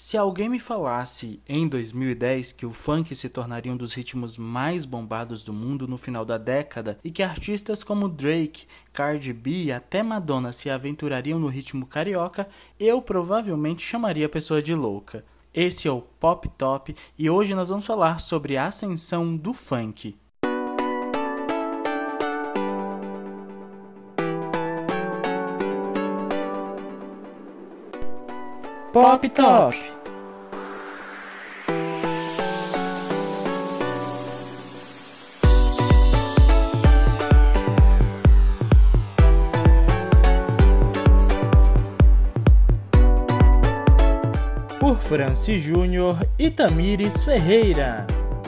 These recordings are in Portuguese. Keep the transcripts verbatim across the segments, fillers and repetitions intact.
Se alguém me falasse em dois mil e dez que o funk se tornaria um dos ritmos mais bombados do mundo no final da década e que artistas como Drake, Cardi B e até Madonna se aventurariam no ritmo carioca, eu provavelmente chamaria a pessoa de louca. Esse é o Pop Top e hoje nós vamos falar sobre a ascensão do funk. Pop Top. Por Franci Júnior e Tamires Ferreira.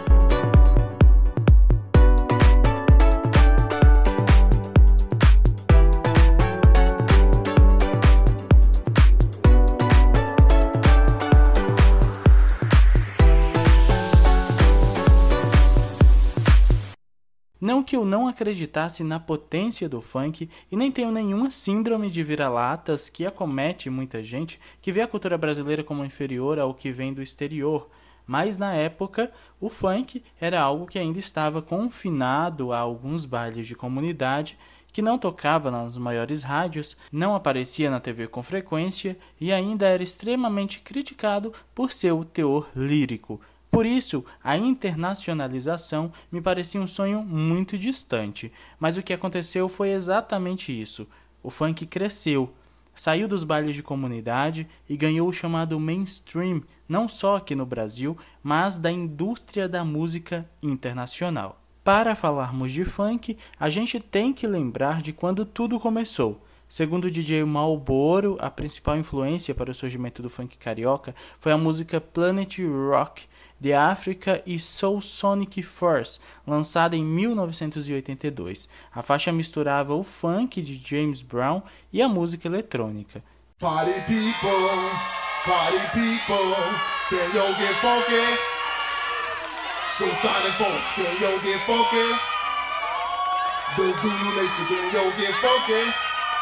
Não que eu não acreditasse na potência do funk e nem tenho nenhuma síndrome de vira-latas que acomete muita gente que vê a cultura brasileira como inferior ao que vem do exterior, mas na época o funk era algo que ainda estava confinado a alguns bailes de comunidade, que não tocava nas maiores rádios, não aparecia na T V com frequência e ainda era extremamente criticado por seu teor lírico. Por isso, a internacionalização me parecia um sonho muito distante, mas o que aconteceu foi exatamente isso. O funk cresceu, saiu dos bailes de comunidade e ganhou o chamado mainstream, não só aqui no Brasil, mas da indústria da música internacional. Para falarmos de funk, a gente tem que lembrar de quando tudo começou. Segundo o D J Malboro, a principal influência para o surgimento do funk carioca foi a música Planet Rock, The Africa e Soul Sonic Force, lançada em mil novecentos e oitenta e dois. A faixa misturava o funk de James Brown e a música eletrônica. Party people, party people, can you get funky? Soul Sonic Force, can you get funky? The Zulu Nation, can you get funky?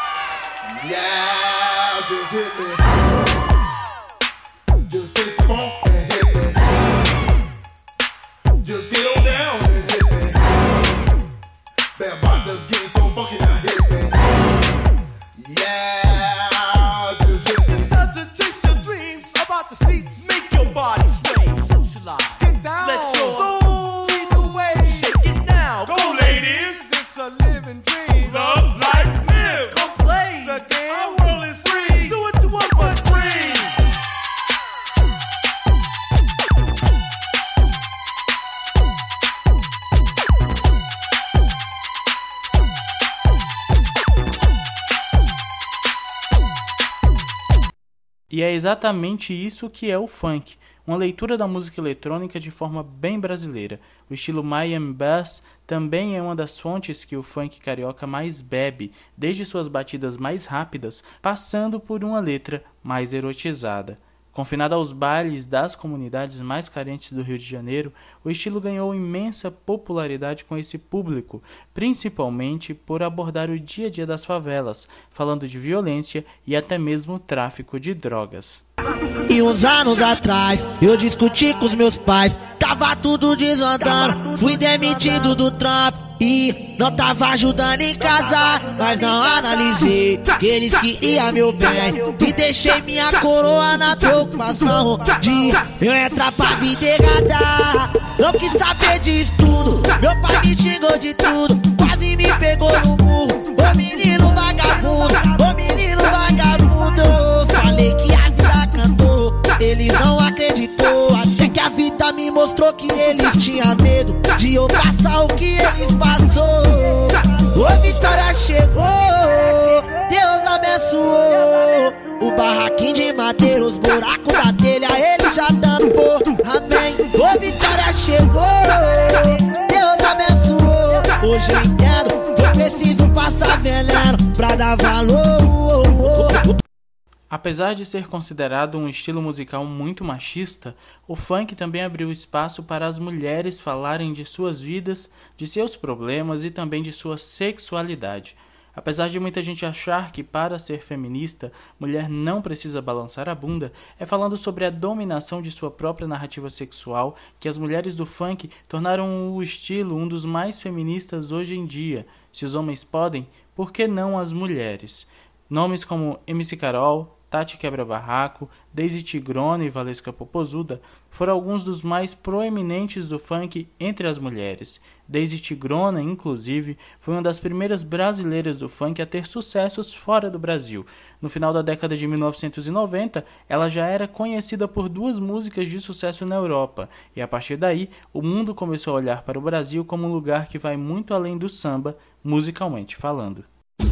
Yeah, just hit me. Just taste the funk and hit me. Just get on down and hit me. That body's getting so funky now, hit me. Yeah, just hit me. It's time to chase your dreams about the seats. Make your body sway, socialize. Get down. Let your soul lead the way. Shake it now. Go, Go ladies. It's a living dream. Love, life, live. Come play the game. Our world is free. Do what you want, but free. E é exatamente isso que é o funk, uma leitura da música eletrônica de forma bem brasileira. O estilo Miami Bass também é uma das fontes que o funk carioca mais bebe, desde suas batidas mais rápidas, passando por uma letra mais erotizada. Confinado aos bailes das comunidades mais carentes do Rio de Janeiro, o estilo ganhou imensa popularidade com esse público, principalmente por abordar o dia a dia das favelas, falando de violência e até mesmo tráfico de drogas. E uns anos atrás, eu discuti com os meus pais, tava tudo desandando, fui demitido do trampo e não tava ajudando em casa, mas não analisei que eles queriam meu bem e deixei minha coroa na preocupação de eu entrar pra vida errada. Não quis saber de estudo, meu pai me xingou de tudo, quase me pegou no murro. Ô menino vagabundo, ô menino vagabundo, falei que a vida cantou, eles não acreditou, até que a vida me mostrou que eles tinham medo de eu passar o que eles passou. Ô vitória chegou, Deus abençoou. O barraquinho de madeira, os buracos da telha, ele já tampou. Amém. Ô vitória chegou, Deus abençoou. Hoje eu entendo, eu preciso passar veneno pra dar valor. Apesar de ser considerado um estilo musical muito machista, o funk também abriu espaço para as mulheres falarem de suas vidas, de seus problemas e também de sua sexualidade. Apesar de muita gente achar que para ser feminista, mulher não precisa balançar a bunda, é falando sobre a dominação de sua própria narrativa sexual que as mulheres do funk tornaram o estilo um dos mais feministas hoje em dia. Se os homens podem, por que não as mulheres? Nomes como M C Carol, Tati Quebra-Barraco, Daisy Tigrona e Valesca Popozuda foram alguns dos mais proeminentes do funk entre as mulheres. Daisy Tigrona, inclusive, foi uma das primeiras brasileiras do funk a ter sucessos fora do Brasil. No final da década de mil novecentos e noventa, ela já era conhecida por duas músicas de sucesso na Europa, e a partir daí, o mundo começou a olhar para o Brasil como um lugar que vai muito além do samba, musicalmente falando.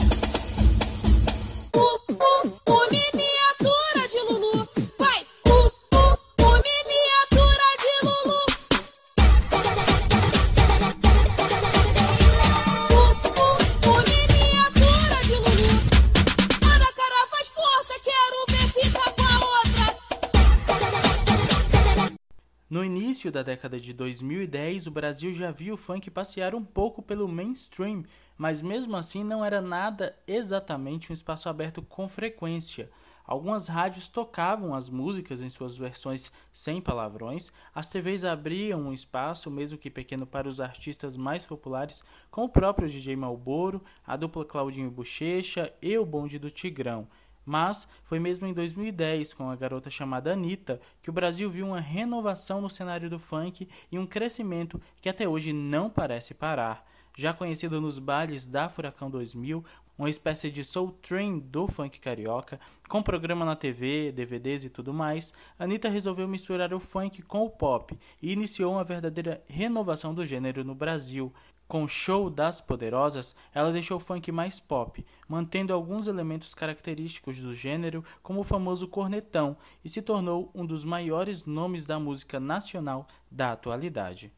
No início da década de dois mil e dez, o Brasil já viu o funk passear um pouco pelo mainstream, mas mesmo assim não era nada exatamente um espaço aberto com frequência. Algumas rádios tocavam as músicas em suas versões sem palavrões, as T Vs abriam um espaço, mesmo que pequeno, para os artistas mais populares, como o próprio D J Malboro, a dupla Claudinho Bochecha e o Bonde do Tigrão. Mas foi mesmo em dois mil e dez, com a garota chamada Anitta, que o Brasil viu uma renovação no cenário do funk e um crescimento que até hoje não parece parar. Já conhecida nos bailes da Furacão dois mil, uma espécie de soul train do funk carioca, com programa na T V, D V Ds e tudo mais, Anitta resolveu misturar o funk com o pop e iniciou uma verdadeira renovação do gênero no Brasil. Com o Show das Poderosas, ela deixou o funk mais pop, mantendo alguns elementos característicos do gênero, como o famoso cornetão, e se tornou um dos maiores nomes da música nacional da atualidade.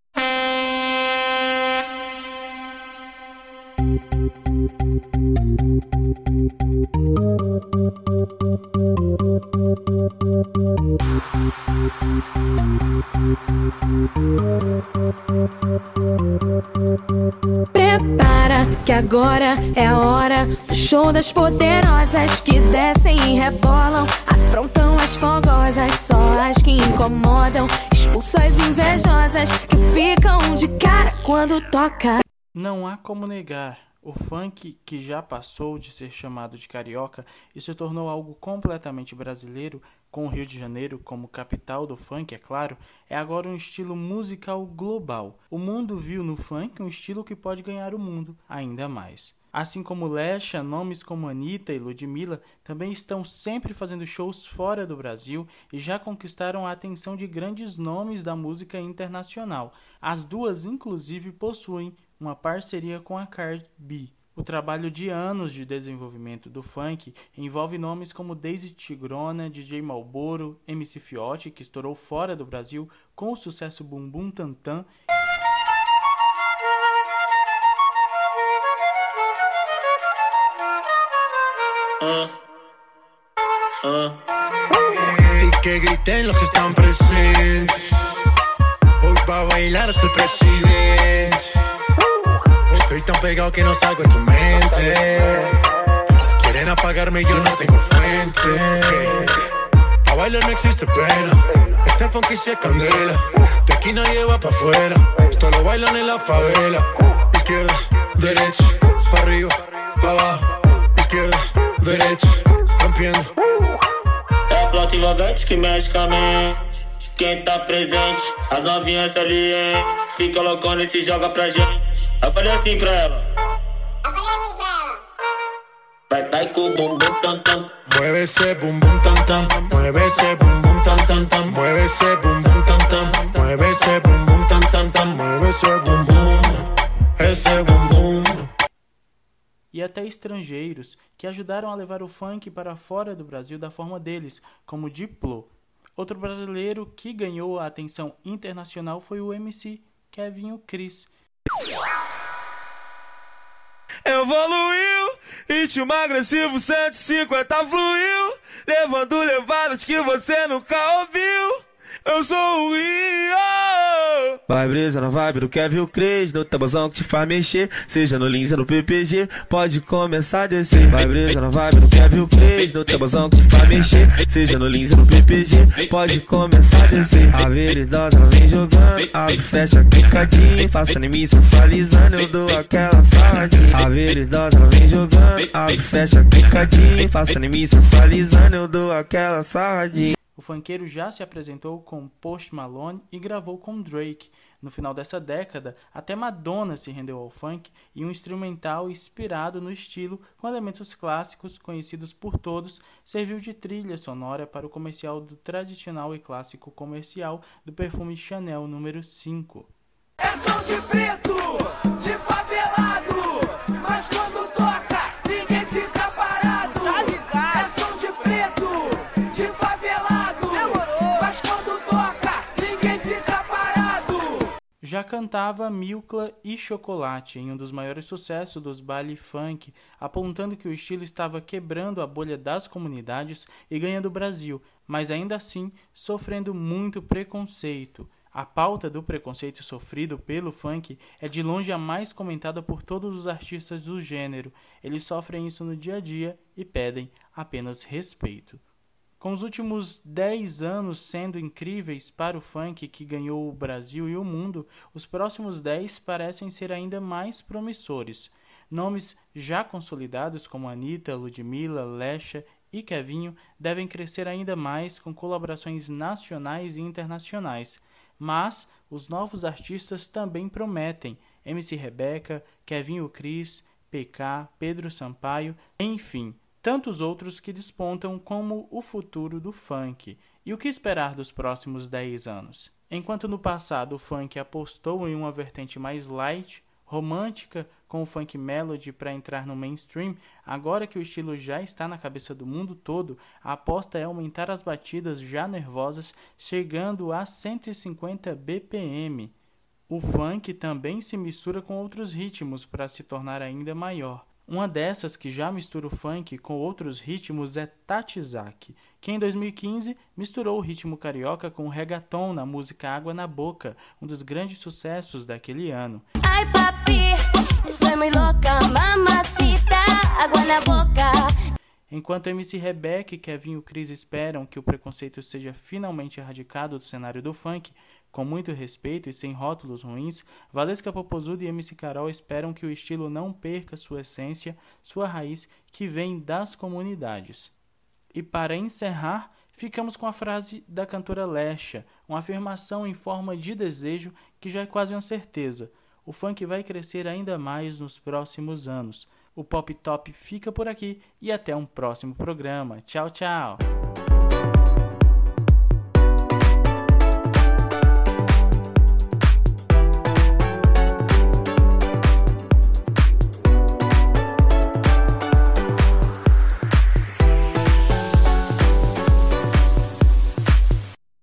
Prepara que agora é a hora do show das poderosas que descem e rebolam, afrontam as fogosas, só as que incomodam, expulsam as invejosas que ficam de cara quando toca. Não há como negar. O funk, que já passou de ser chamado de carioca e se tornou algo completamente brasileiro, com o Rio de Janeiro como capital do funk, é claro, é agora um estilo musical global. O mundo viu no funk um estilo que pode ganhar o mundo ainda mais. Assim como Lecha, nomes como Anitta e Ludmilla também estão sempre fazendo shows fora do Brasil e já conquistaram a atenção de grandes nomes da música internacional. As duas, inclusive, possuem uma parceria com a Cardi B. O trabalho de anos de desenvolvimento do funk envolve nomes como Daisy Tigrona, D J Malboro, M C Fiote, que estourou fora do Brasil com o sucesso Bum Bum Tantan, Uh, uh. Y que griten los que están presentes. Hoy va a bailar hasta el presidente. Estoy tan pegado que no salgo de tu mente. Quieren apagarme y yo no tengo fuente. A bailar no existe pena. Este funky se candela. De aquí nadie va pa' afuera. Esto lo bailan en la favela. Izquierda, derecha, pa' arriba, pa' abajo. Izquierda, derecha, rompiendo. É a flauta envolvente que mexe com a mente. Quem tá presente, as novinhas salientes. Fica loucona e se joga pra gente. Eu falei assim pra ela. Eu falei assim pra ela. Vai, vai com o bum bum tam tam. Mueve ese bum bum tam tam. Mueve ese bum bum tam tam tam. Mueve ese bum bum tam tam. Mueve ese bum bum tam tam tam. Mueve ese bum bum. Ese bum bum. E até estrangeiros que ajudaram a levar o funk para fora do Brasil da forma deles, como Diplo. Outro brasileiro que ganhou a atenção internacional foi o M C Kevin Cris. Evoluiu, ritmo agressivo cento e cinquenta fluiu, levando levadas que você nunca ouviu. Eu sou o Rio. Vai brisa na vibe do Kevin o Cres, no tabuzão que te faz mexer, seja no Lins ou no P P G, pode começar a descer. Vai brisa na vibe do Kevin o Cres, no tabuzão que te faz mexer, seja no Lins ou no P P G, pode começar a descer. A veridosa ela vem jogando, abre, fecha, clicadinho, faça em mim sensualizando, eu dou aquela sarradinha. A veridosa ela vem jogando, abre, fecha, clicadinho, faça em mim sensualizando, eu dou aquela sarradinha. O funkeiro já se apresentou com Post Malone e gravou com Drake. No final dessa década, até Madonna se rendeu ao funk e um instrumental inspirado no estilo, com elementos clássicos conhecidos por todos, serviu de trilha sonora para o comercial do tradicional e clássico comercial do perfume Chanel número cinco. É som de preto, de favelado, mas quando toca, ninguém fica parado. Tá ligado? É som de preto, de favelado, mas quando toca, ninguém fica parado. Já cantava Milkla e Chocolate em um dos maiores sucessos dos baile funk, apontando que o estilo estava quebrando a bolha das comunidades e ganhando o Brasil, mas ainda assim sofrendo muito preconceito. A pauta do preconceito sofrido pelo funk é de longe a mais comentada por todos os artistas do gênero. Eles sofrem isso no dia a dia e pedem apenas respeito. Com os últimos dez anos sendo incríveis para o funk que ganhou o Brasil e o mundo, os próximos dez parecem ser ainda mais promissores. Nomes já consolidados como Anitta, Ludmilla, Lesha e Kevinho devem crescer ainda mais com colaborações nacionais e internacionais. Mas os novos artistas também prometem: M C Rebeca, Kevinho Cris, P K, Pedro Sampaio, enfim, tantos outros que despontam como o futuro do funk. E o que esperar dos próximos dez anos? Enquanto no passado o funk apostou em uma vertente mais light, romântica, com o funk melody para entrar no mainstream, agora que o estilo já está na cabeça do mundo todo, a aposta é aumentar as batidas já nervosas, chegando a cento e cinquenta B P M. O funk também se mistura com outros ritmos para se tornar ainda maior. Uma dessas que já mistura o funk com outros ritmos é Tati Zaki, que em dois mil e quinze misturou o ritmo carioca com o reggaeton na música Água na Boca, um dos grandes sucessos daquele ano. Ai papi, estou muito louca, mamacita, água na boca. Enquanto M C Rebeca e Kevinho Cris esperam que o preconceito seja finalmente erradicado do cenário do funk, com muito respeito e sem rótulos ruins, Valesca Popozuda e M C Carol esperam que o estilo não perca sua essência, sua raiz, que vem das comunidades. E para encerrar, ficamos com a frase da cantora Lesha, uma afirmação em forma de desejo que já é quase uma certeza. O funk vai crescer ainda mais nos próximos anos. O Pop Top fica por aqui e até um próximo programa. Tchau, tchau!